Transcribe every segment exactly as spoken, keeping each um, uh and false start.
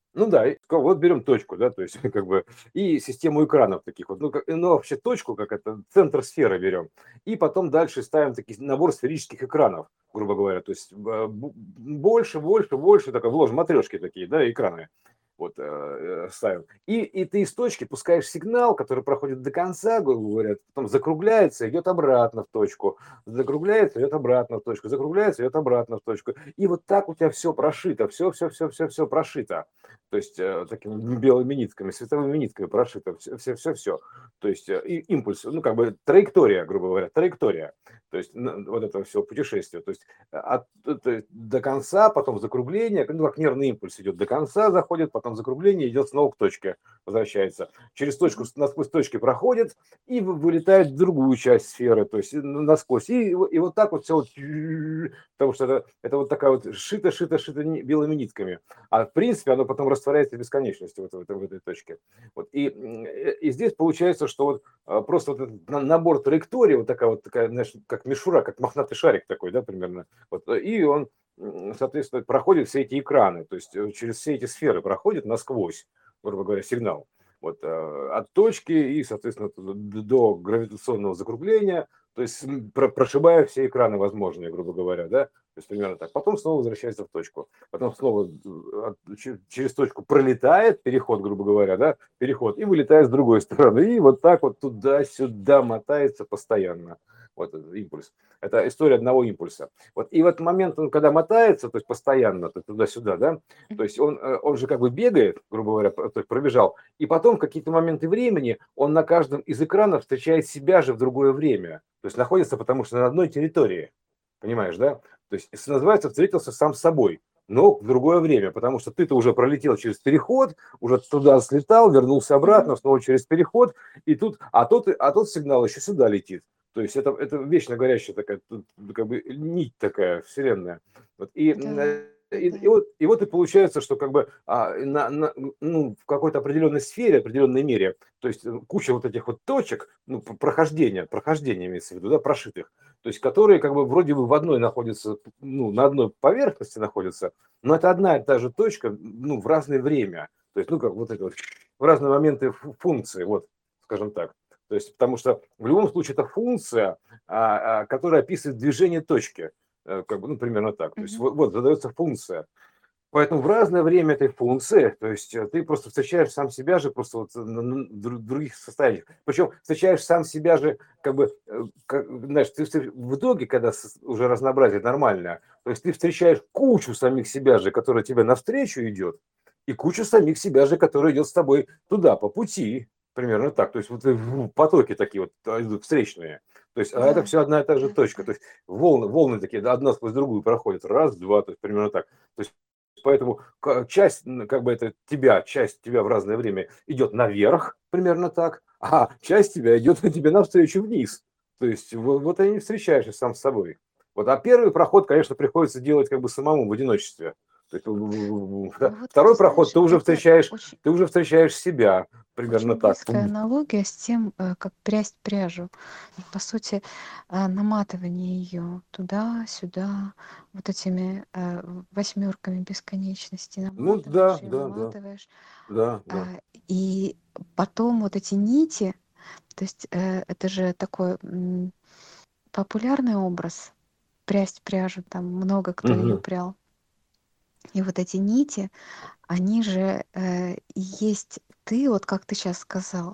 Ну да, и ка вот берем точку, да, то есть как бы и систему экранов таких вот, ну, как, ну, вообще точку, как это, центр сферы берем, и потом дальше ставим такие набор сферических экранов, грубо говоря, то есть б- б- больше, больше, больше, такая, вложим матрешки такие, да, экраны, вот, э, э, ставим. И, и ты из точки пускаешь сигнал, который проходит до конца, грубо говоря, потом закругляется, идет обратно в точку, закругляется, идет обратно в точку, закругляется, идет обратно в точку. И вот так у тебя все прошито, все, все, все, все, все прошито. То есть э, такими белыми нитками, световыми нитками прошито все, все, все, все. То есть э, и импульс, ну как бы траектория, грубо говоря, траектория. То есть на- вот это все путешествие. То есть э, от, то есть до конца, потом закругление, ну как нервный импульс идет до конца, заходит, потом закругление, идет снова к точке, возвращается. Через точку, насквозь точки проходит и вы- вылетает в другую часть сферы, то есть э, насквозь. И, и вот так вот все, вот, потому что это, это вот такая вот шито-шито-шито белыми нитками. А в принципе оно потом растворяется в бесконечности вот в, этой, в этой точке. Вот. И, и здесь получается, что вот а, просто вот этот набор траекторий, вот такая вот такая, знаешь, как мишура, как мохнатый шарик такой, да, примерно. Вот. И он, соответственно, проходит все эти экраны, то есть э, через все эти сферы проходит насквозь, грубо говоря, сигнал. Вот, э, от точки и, соответственно, до гравитационного закругления, то есть прошибая все экраны возможные, грубо говоря, да, то есть примерно так. Потом снова возвращается в точку, потом снова через точку пролетает, переход, грубо говоря, да, переход, и вылетает с другой стороны, и вот так вот туда-сюда мотается постоянно. Вот этот импульс. Это история одного импульса. Вот. И вот момент, он, когда мотается, то есть постоянно то туда-сюда, да, то есть он, э, он же как бы бегает, грубо говоря, то есть пробежал, и потом в какие-то моменты времени он на каждом из экранов встречает себя же в другое время. То есть находится, потому что на одной территории. Понимаешь, да? То есть называется «встретился сам с собой», но в другое время, потому что ты-то уже пролетел через переход, уже туда слетал, вернулся Мгм. обратно, снова через переход, и тут, а тот, а тот сигнал еще сюда летит. То есть это, это вечно горящая такая, тут как бы нить такая, вселенная. Вот. И, Да, и, да. и, вот, и вот и получается, что как бы а, на, на, ну, в какой-то определенной сфере, определенной мере, то есть э, куча вот этих вот точек, ну, прохождения, прохождения имеется в виду, да, прошитых, то есть которые как бы вроде бы в одной находятся, ну, на одной поверхности находятся, но это одна и та же точка, ну, в разное время. То есть, ну, как вот это вот, в разные моменты функции, вот, скажем так. То есть, потому что в любом случае это функция, а, а, которая описывает движение точки. Э, Как бы, ну, примерно так. То есть, Мгм. вот, вот задается функция. Поэтому в разное время этой функции, то есть э, ты просто встречаешь сам себя же просто вот на- на дру- других состояниях. Причем встречаешь сам себя же, как бы, э, как, знаешь, ты встр- в итоге, когда с- уже разнообразие нормальное, то есть ты встречаешь кучу самих себя же, которая тебе навстречу идет, и кучу самих себя же, которая идет с тобой туда, по пути. Примерно так. То есть вот в потоки такие вот а, идут встречные. То есть, а это Да, все одна и та же да, точка. да. То есть волны, волны такие, да, одна сквозь другую проходят. Раз, два, то есть примерно так. То есть поэтому часть, как бы это тебя, часть тебя в разное время идет наверх, примерно так, а часть тебя идет тебе навстречу вниз. То есть вот, вот они встречаешься сам с собой. Вот, а первый проход, конечно, приходится делать как бы самому в одиночестве. То есть, Ну вот ты второй проход знаешь, ты уже это встречаешь, очень, ты уже встречаешь себя примерно очень так. близкая аналогия с тем, э, как прясть пряжу. И, по сути, э, наматывание ее туда-сюда, вот этими э, восьмерками бесконечности Ну да, наматываешь ее, да, да, наматываешь. да, да. А, И потом вот эти нити, то есть э, это же такой м, популярный образ, прясть пряжу, там много кто ее Мгм, прял. И вот эти нити, они же э, и есть ты, вот как ты сейчас сказал.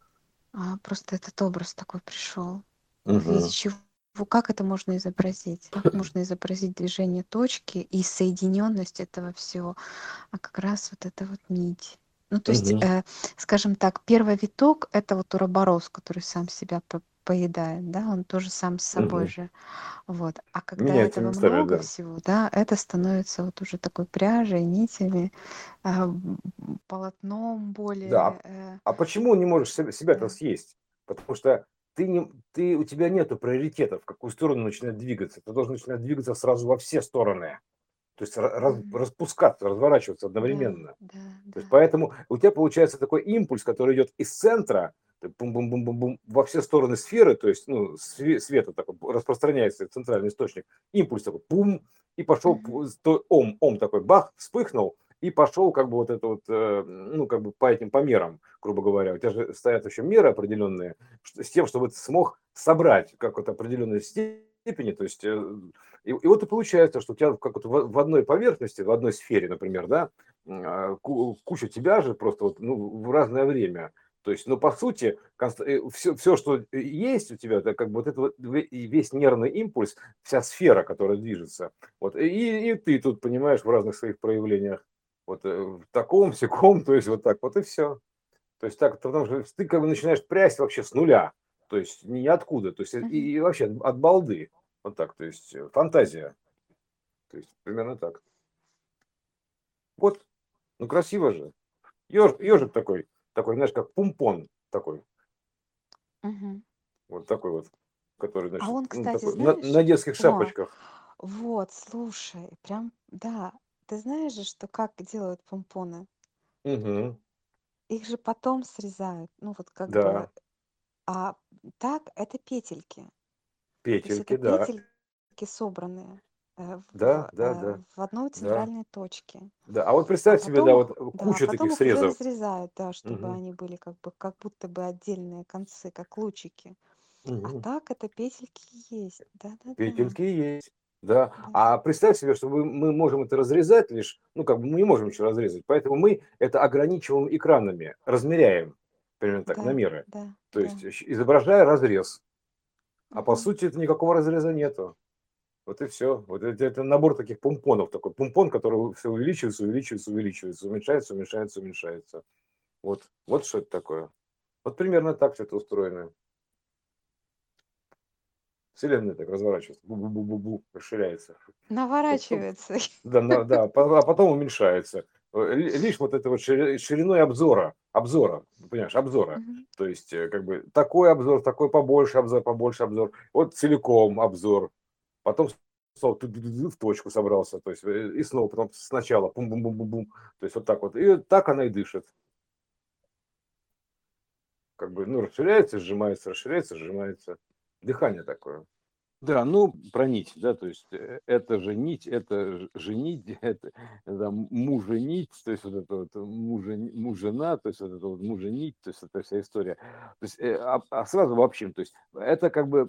А, просто этот образ такой пришел. В виде мгм, чего, как это можно изобразить? Как можно изобразить движение точки и соединенность этого всего, а как раз вот эта вот нить. Ну, то есть, мгм, э, скажем так, первый виток — это вот уроборос, который сам себя по- поедает, да, он тоже сам с собой мгм. же. Вот. А когда Меняется этого местами, много да. всего, да, это становится вот уже такой пряжей, нитями, а, м, полотном Да, более, а э, а почему не можешь себя себя-то да. съесть? Потому что ты не ты у тебя нету приоритетов, в какую сторону начинать двигаться. Ты должен начинать двигаться сразу во все стороны. То есть ра раз Мгм. распускаться, разворачиваться Да, одновременно. да, То есть да. поэтому у тебя получается такой импульс, который идет из центра, т бум-бум-бум-бум-бум, во все стороны сферы, то есть, ну, све света такой распространяется центральный источник. Импульс такой бум, и пошел Мгм. п сто ом ом такой бах, вспыхнул, и пошел как бы вот это вот, э, ну, как бы по этим, по мерам, грубо говоря. У тебя же стоят еще меры определенные, с тем, чтобы ты смог собрать как-то определенной степени, то есть, э, и, и вот и получается, что у тебя как вот в, в одной поверхности, в одной сфере, например, да, а, ку- куча тебя же просто вот, ну, в разное время. То есть, ну, по сути, все, все, что есть у тебя, это как бы вот это вот весь нервный импульс, вся сфера, которая движется. Вот, и, и ты тут, понимаешь, в разных своих проявлениях. Вот э, в таком, сяком, то есть вот так вот и все. То есть так, потому что ты как бы начинаешь прясть вообще с нуля, то есть ниоткуда, то есть и, Мгм. и вообще от балды. Вот так, то есть э, фантазия. То есть примерно так. Вот, ну красиво же. Ежик, ежик такой, такой, знаешь, как пумпон такой. Мгм. Вот такой вот, который, А значит, он, ну, кстати, такой, на, знаешь, на детских о, шапочках. вот, слушай, прям, да, ты знаешь же, что как делают помпоны? Угу. Их же потом срезают, ну вот как бы, Да, а так это петельки. То есть это петельки, да, петельки собранные э, да, в, да, э, да, в одной да, центральной точке. да. А вот А представь себе, да, потом их, вот да, куча потом таких их уже срезов. разрезают, да, чтобы Угу. они были как бы, как будто бы отдельные концы, как лучики. А Угу. так это петельки есть. Да-да-да. Петельки есть, да. Да. А представь себе, что мы, мы можем это разрезать лишь, ну, как бы мы не можем ничего разрезать, поэтому мы это ограничиваем экранами, размеряем, примерно так, Да, на меры. да, То да. есть щ- изображая разрез. А по Мгм. сути это никакого разреза нету. Вот и все. Вот это, это набор таких помпонов, такой помпон, который все увеличивается, увеличивается, увеличивается, уменьшается, уменьшается, уменьшается. Вот, вот что это такое. Вот примерно так все это устроено. Вселенная так разворачивается, бу-бу-бу-бу-бу, расширяется. Потом, Наворачивается. да, на- да, по- а потом уменьшается. Э, ли- Лишь вот это вот шири- шириной обзора, обзора, понимаешь, обзора. Мгм. То есть, э, как бы, такой обзор, такой побольше обзор, побольше обзор. Вот целиком обзор. Потом снова ту-ду-ду-ду в точку собрался. То есть, э, и снова потом сначала бум-бум-бум-бум-бум. То есть, вот так вот. И так она и дышит. Как бы, ну, расширяется, сжимается, расширяется, сжимается. Дыхание такое. Да, ну, про нить, да, то есть э, это же нить, это ж- же нить, это, это мужа нить, то есть вот это вот мужа, мужена, то есть вот это вот мужа нить, то есть эта вся история. То есть, э, а, а сразу в общем, то есть это как бы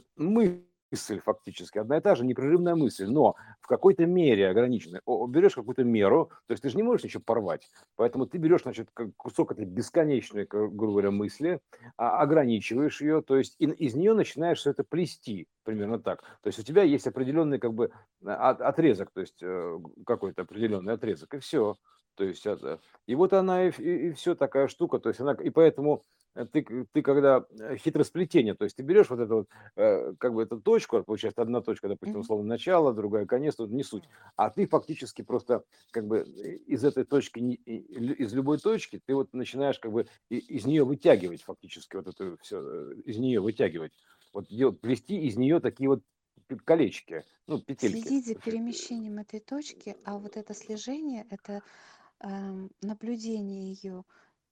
мысль фактически, одна и та же непрерывная мысль, но в какой-то мере ограниченной. О, берешь какую-то меру, то есть ты же не можешь ничего порвать, поэтому ты берешь, значит, как кусок этой бесконечной, как, грубо говоря, мысли, а, ограничиваешь ее, то есть и- из нее начинаешь все это плести, примерно так. То есть у тебя есть определенный как бы а, от- отрезок, то есть э, какой-то определенный отрезок, и все. То есть это, и вот она и, все такая штука, то есть она, и поэтому э, ты, к- ты когда э, хитросплетение, то есть ты берешь вот эту вот, э, как бы эту точку, вот получается одна точка, допустим, Мгм. условно начало, другая конец, тут не суть, а ты фактически просто как бы э, из этой точки, не- и- и- из любой точки, ты вот начинаешь как бы и- из нее вытягивать фактически вот это все, из нее вытягивать, вот делать, плести из нее такие вот п- колечки, ну, петельки. Следить за перемещением этой точки, а вот это слежение, это эм, наблюдение ее.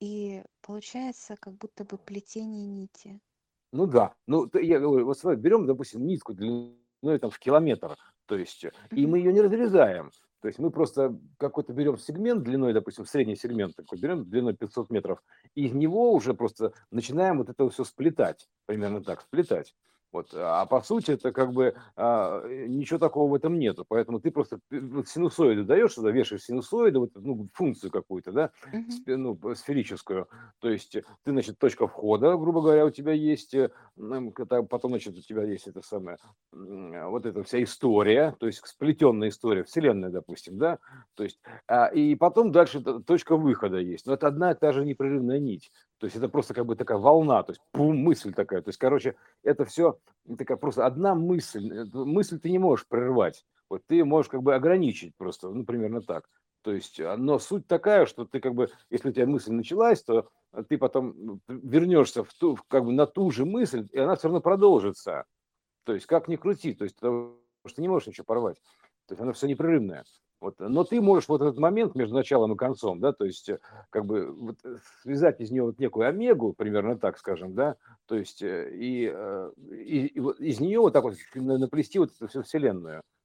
И получается как будто бы плетение нити. Ну да, ну т- я говорю, вот смотри, берем, допустим, нитку длиной там в километр, то есть, э, и Мгм. мы ее не разрезаем. То есть мы просто какой-то берем сегмент длиной, допустим, средний сегмент такой, берем длиной пятьсот метров, и из него уже просто начинаем вот это все сплетать, примерно так, сплетать. Вот. А по сути это как бы а, э, ничего такого в этом нету. Поэтому ты просто п- вот синусоиду даешь, сюда вешаешь синусоиду, вот, ну, функцию какую-то, да, Мгм. спе- ну, сферическую. То есть э, ты, значит, точка входа, грубо говоря, у тебя есть, э, м, когда потом, значит, у тебя есть это самое, м, вот эта вся история, то есть сплетенная история, вселенная, допустим, да, то есть, а, и потом дальше т- точка выхода есть, но это одна и та же непрерывная нить, то есть это просто как бы такая волна, то есть пум, мысль такая, то есть, короче, это все такая просто одна мысль, эту мысль ты не можешь прервать, вот ты можешь как бы ограничить просто, ну, примерно так. То есть, а, но суть такая, что ты как бы, если у тебя мысль началась, то а ты потом вернешься в ту, в как бы на ту же мысль, и она все равно продолжится. То есть как ни крути, то есть потому что ты не можешь ничего порвать. То есть оно все непрерывное. Вот. Но ты можешь вот этот момент между началом и концом, да, то есть э, как бы вот, э, связать из нее вот некую омегу, примерно так скажем, да, то есть э, и, э, и, и вот из нее вот так вот на- наплести вот эту всю вселенную.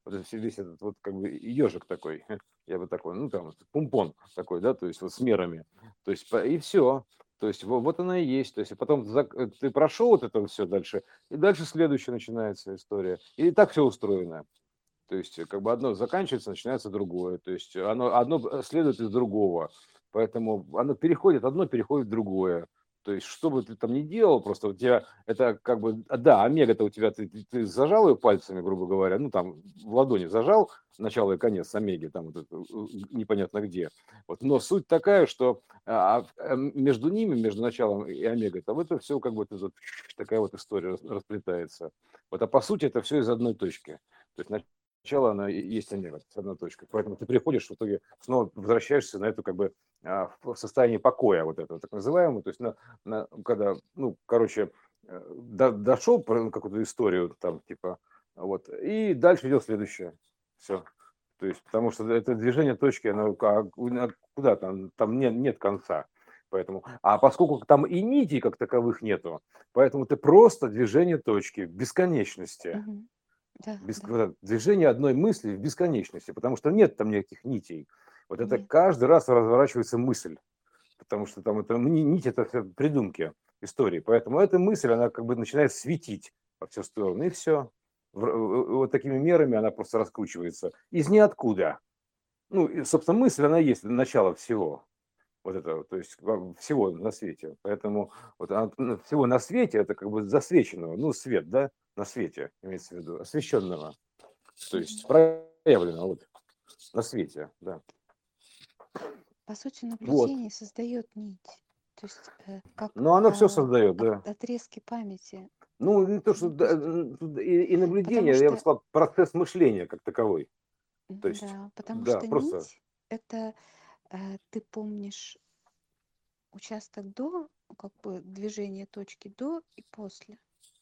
вот это все- весь этот вот как бы ежик такой, я бы такой, ну там пумпон такой, да, то есть вот с мерами, то есть по- и все, то есть во- вот она и есть, то есть и потом зак- э, ты прошел вот это все дальше, и дальше следующая начинается история, и так все устроено. То есть, э, как бы одно заканчивается, начинается другое. То есть оно одно э, следует из другого. Поэтому оно переходит, одно переходит в другое. То есть, что бы ты там ни делал, просто у тебя это как бы, а, да, омега-то у тебя, ты, ты- ты зажал ее пальцами, грубо говоря, ну там в ладони зажал начало и конец омеги, там вот это, э, непонятно где. Вот, но суть такая, что а, а, м, между ними, между началом и омегой, там это все как бы вот это такая вот история рас- расплетается. Вот, а по сути это все из одной точки. То есть начало, она и есть омега, с одной точкой. Поэтому ты приходишь, в итоге снова возвращаешься на эту как бы а, в состояние покоя, вот этого так называемого, то есть на, на, когда, ну, короче, э, до- дошел про какую-то историю, там, типа, вот, и дальше идет следующее. Все. То есть, потому что это движение точки, оно ка- куда куда там, там нет, нет конца. Поэтому, а поскольку там и нитей как таковых нету, поэтому ты просто движение точки в бесконечности. Мгм. Да, Бес- да. вот это движение одной мысли в бесконечности, потому что нет там никаких нитей. Вот это Нет. каждый раз разворачивается мысль, потому что там это ни- нить, это все придумки истории. Поэтому эта мысль, она как бы начинает светить во все стороны, и все. Вот такими мерами она просто раскручивается из ниоткуда. Ну, и, собственно, мысль, она есть начало всего. Вот это, вот, то есть во- всего на свете. Поэтому вот она- ну, всего на свете это как бы засвеченного, ну, свет, да, на свете, имеется в виду, освещенного. То есть Мгм. проявлено вот на свете, да. По сути, Вот. наблюдение создает нить. То есть, э, как Но оно все а, создает, от- да. отрезки памяти. Ну, не то, что Ну, то да, есть, м, тут и, и потому наблюдение, я бы что, сказал, процесс мышления как таковой. То есть, да, потому да, что просто, нить это э, ты помнишь участок до, ну, как бы движение точки до и после.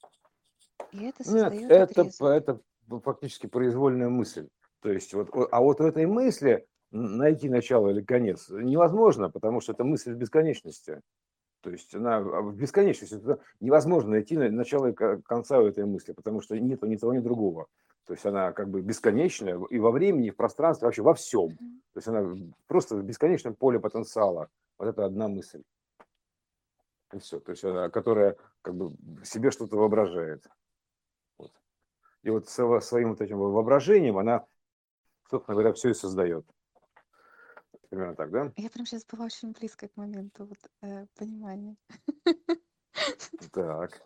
И это нет, создает это, п- отрезок. это фактически произвольная мысль. То есть, вот, о- а вот в этой мысли н- найти начало или конец невозможно, потому что это мысль в бесконечности. То есть она а, в бесконечности. Туда невозможно найти на- начало и ко- конца у этой мысли, потому что нет ни того, ни другого. То есть она как бы бесконечная и во времени, и в пространстве, вообще во всем. Мгм. То есть она просто в бесконечном поле потенциала. Вот это одна мысль. И все. То есть она, которая как бы в себе что-то воображает. Вот. И вот со- своим вот этим воображением она, собственно говоря, все и создает. Примерно так, да? Я прям сейчас была очень близко к моменту вот, э, понимания. Так.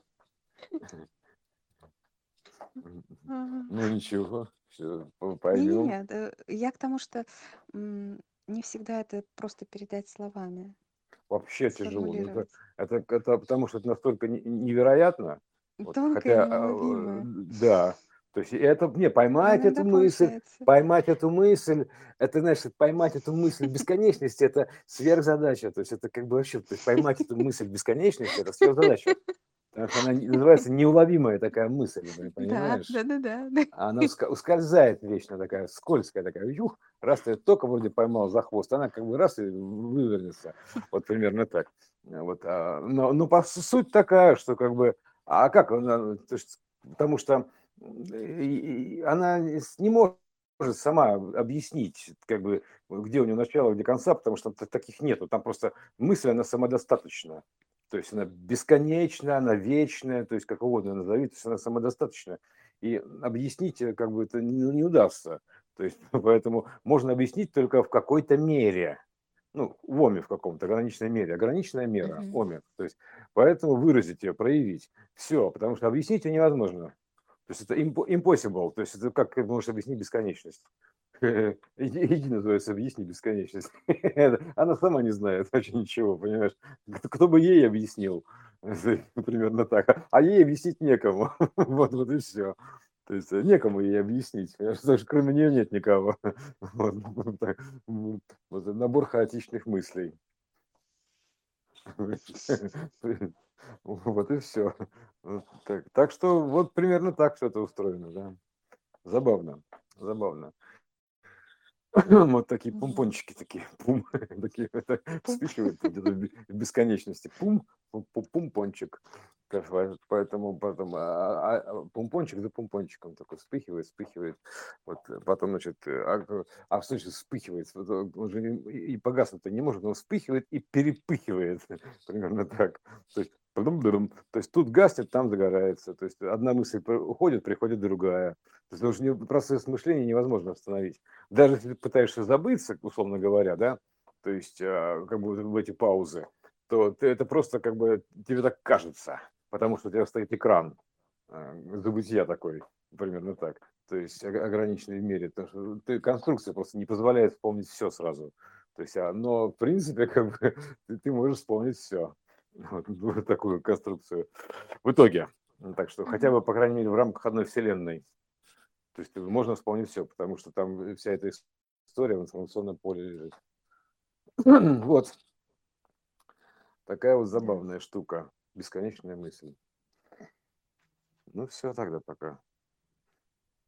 Ага. Ну ничего, все поймем. Не-не-не, да, я к тому, что м, не всегда это просто передать словами, Вообще тяжело. Ну, это, сформулировать. это, это потому что это настолько не- невероятно. Вот, Тонкое, хотя, э, неуловимое. да, то есть это, не, Но поймать эту иногда мысль, получается. поймать эту мысль, это, знаешь, поймать эту мысль в бесконечности, это сверхзадача. То есть это как бы вообще, то есть поймать эту мысль в бесконечности, это сверхзадача. Потому что она не- называется неуловимая такая мысль, ты Да, понимаешь? да-да-да. Она уска- ускользает вечно такая, скользкая такая, юх, раз ты только вроде поймал за хвост, она как бы раз и вывернется, вот примерно так. Вот, а, но, но по су- суть такая, что как бы, а как она, то есть, потому что и- и она не с- не может сама объяснить, как бы, где у нее начало, где конца, потому что т- таких нету, там просто мысль, она самодостаточна. То есть она бесконечная, она вечная, то есть как угодно назови, то есть она самодостаточная и объяснить э, как бы это не, не удастся. То есть поэтому можно объяснить только в какой-то мере, ну, в оме в каком-то ограниченной мере, ограниченная мера, Мгм. оме. То есть поэтому выразить ее, проявить. Все, потому что объяснить ее невозможно. То есть это impo- impossible, то есть это как ты можешь объяснить бесконечность. Иди, иди, называется, объясни бесконечность. Она сама не знает вообще ничего, понимаешь? Кто, кто бы ей объяснил? Примерно так. А ей объяснить некому. Вот, вот и все. То есть э, некому ей объяснить, понимаешь, потому что кроме нее нет никого. Вот, вот так. Вот вот набор хаотичных мыслей. Вот и все. Вот так. Так что вот примерно так все это устроено, да. Забавно, забавно. Вот такие Мгм. помпончики такие, пум, такие это Пум. вспыхивают где-то в бе- в бесконечности. Пум, пум, пум- помпончик. Как бы, Поэтому потом а, а, а, помпончик за помпончиком такой вспыхивает, вспыхивает. Вот э, потом, значит, э, а, э, а в смысле вспыхивает, вот, э, он же не- и и погаснуть-то не может, он вспыхивает и перепыхивает. Примерно так. То есть, подум-дырум. То есть тут гаснет, там загорается. То есть одна мысль про- уходит, приходит другая. То есть уже не- процесс мышления невозможно остановить. Даже если ты пытаешься забыться, условно говоря, да, то есть а, как бы вот в эти паузы, то ты, это просто как бы тебе так кажется, потому что у тебя стоит экран а, забытия такой, примерно так. То есть ог- ограниченной в мере, потому что ты, конструкция просто не позволяет вспомнить все сразу. То есть, а, но в принципе как бы ты, ты можешь вспомнить все. Вот, вот такую конструкцию. В итоге, ну, так что хотя Мгм. бы, по крайней мере, в рамках одной вселенной то есть можно вспомнить все, потому что там вся эта история в информационном поле лежит. Вот такая вот Да. забавная штука. Бесконечная мысль. Ну все тогда пока.